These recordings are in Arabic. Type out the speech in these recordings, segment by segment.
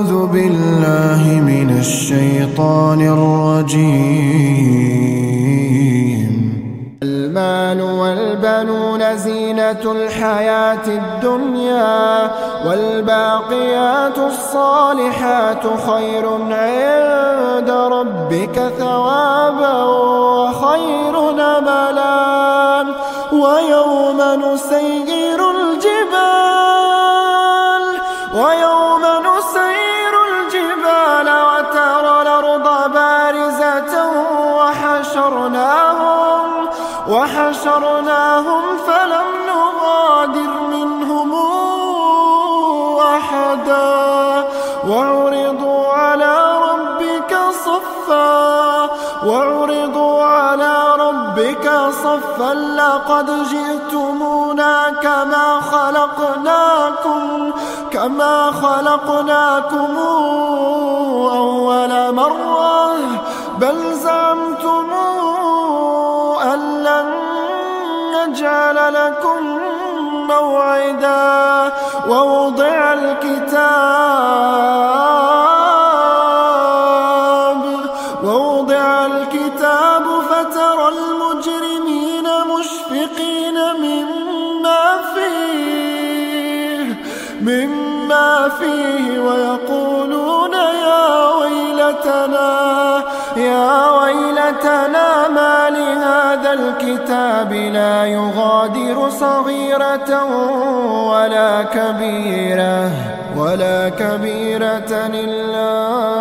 أعوذ بالله من الشيطان الرجيم. المال والبنون زينة الحياة الدنيا، والباقيات الصالحات خير عند ربك ثوابا وخير أملا. ويوم نسير الجبال وترى الأرض بارزة وحشرناهم فلم نغادر منهم أحدا. وعرضوا على ربك صفا لقد جئتمونا كما خلقناكم أول مرة، بل زعمتم أن لن نجعل لكم موعدا. ووضع الكتاب فترى المجرمين مشفقين مما فيه ويقولون يا ويلتنا ما لهذا الكتاب لا يغادر صغيرة ولا كبيرة إلا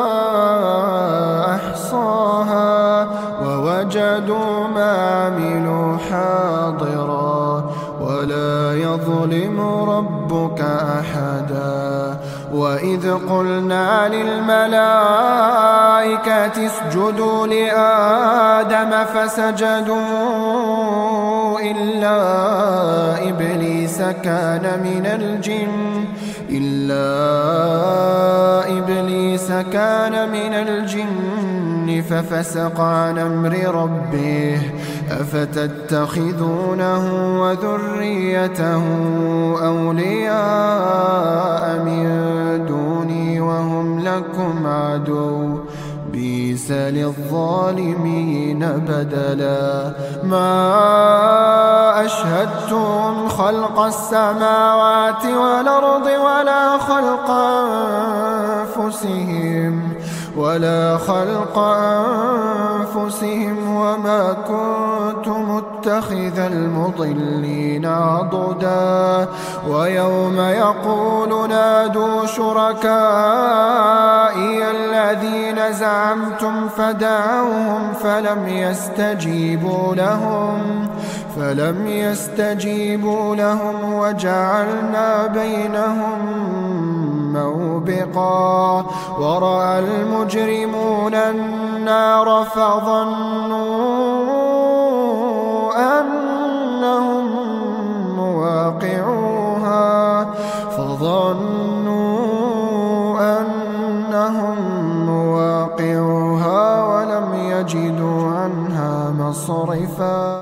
أحصاها ووجدوا ما عملوا حاضرا ولا يظلم ربك أحدا. وإذ قلنا للملائكة اسجدوا لآدم فسجدوا إلا إبليس كان من الجن ففسق عن أمر ربه. أفتتخذونه وذريته أولياء من دوني وهم لكم عدو، بئس للظالمين بدلا. ما أشهدتهم خلق السماوات والأرض ولا خلق أنفسهم وما كنت متخذ المضلين عضدا. ويوم يقول نادوا شركائي الذين زعمتم فدعوهم فلم يستجيبوا لهم وجعلنا بينهم موبقا. ورأى المجرمون النار فظنوا أنهم مواقعوها ولم يجدوا عنها مصرفا.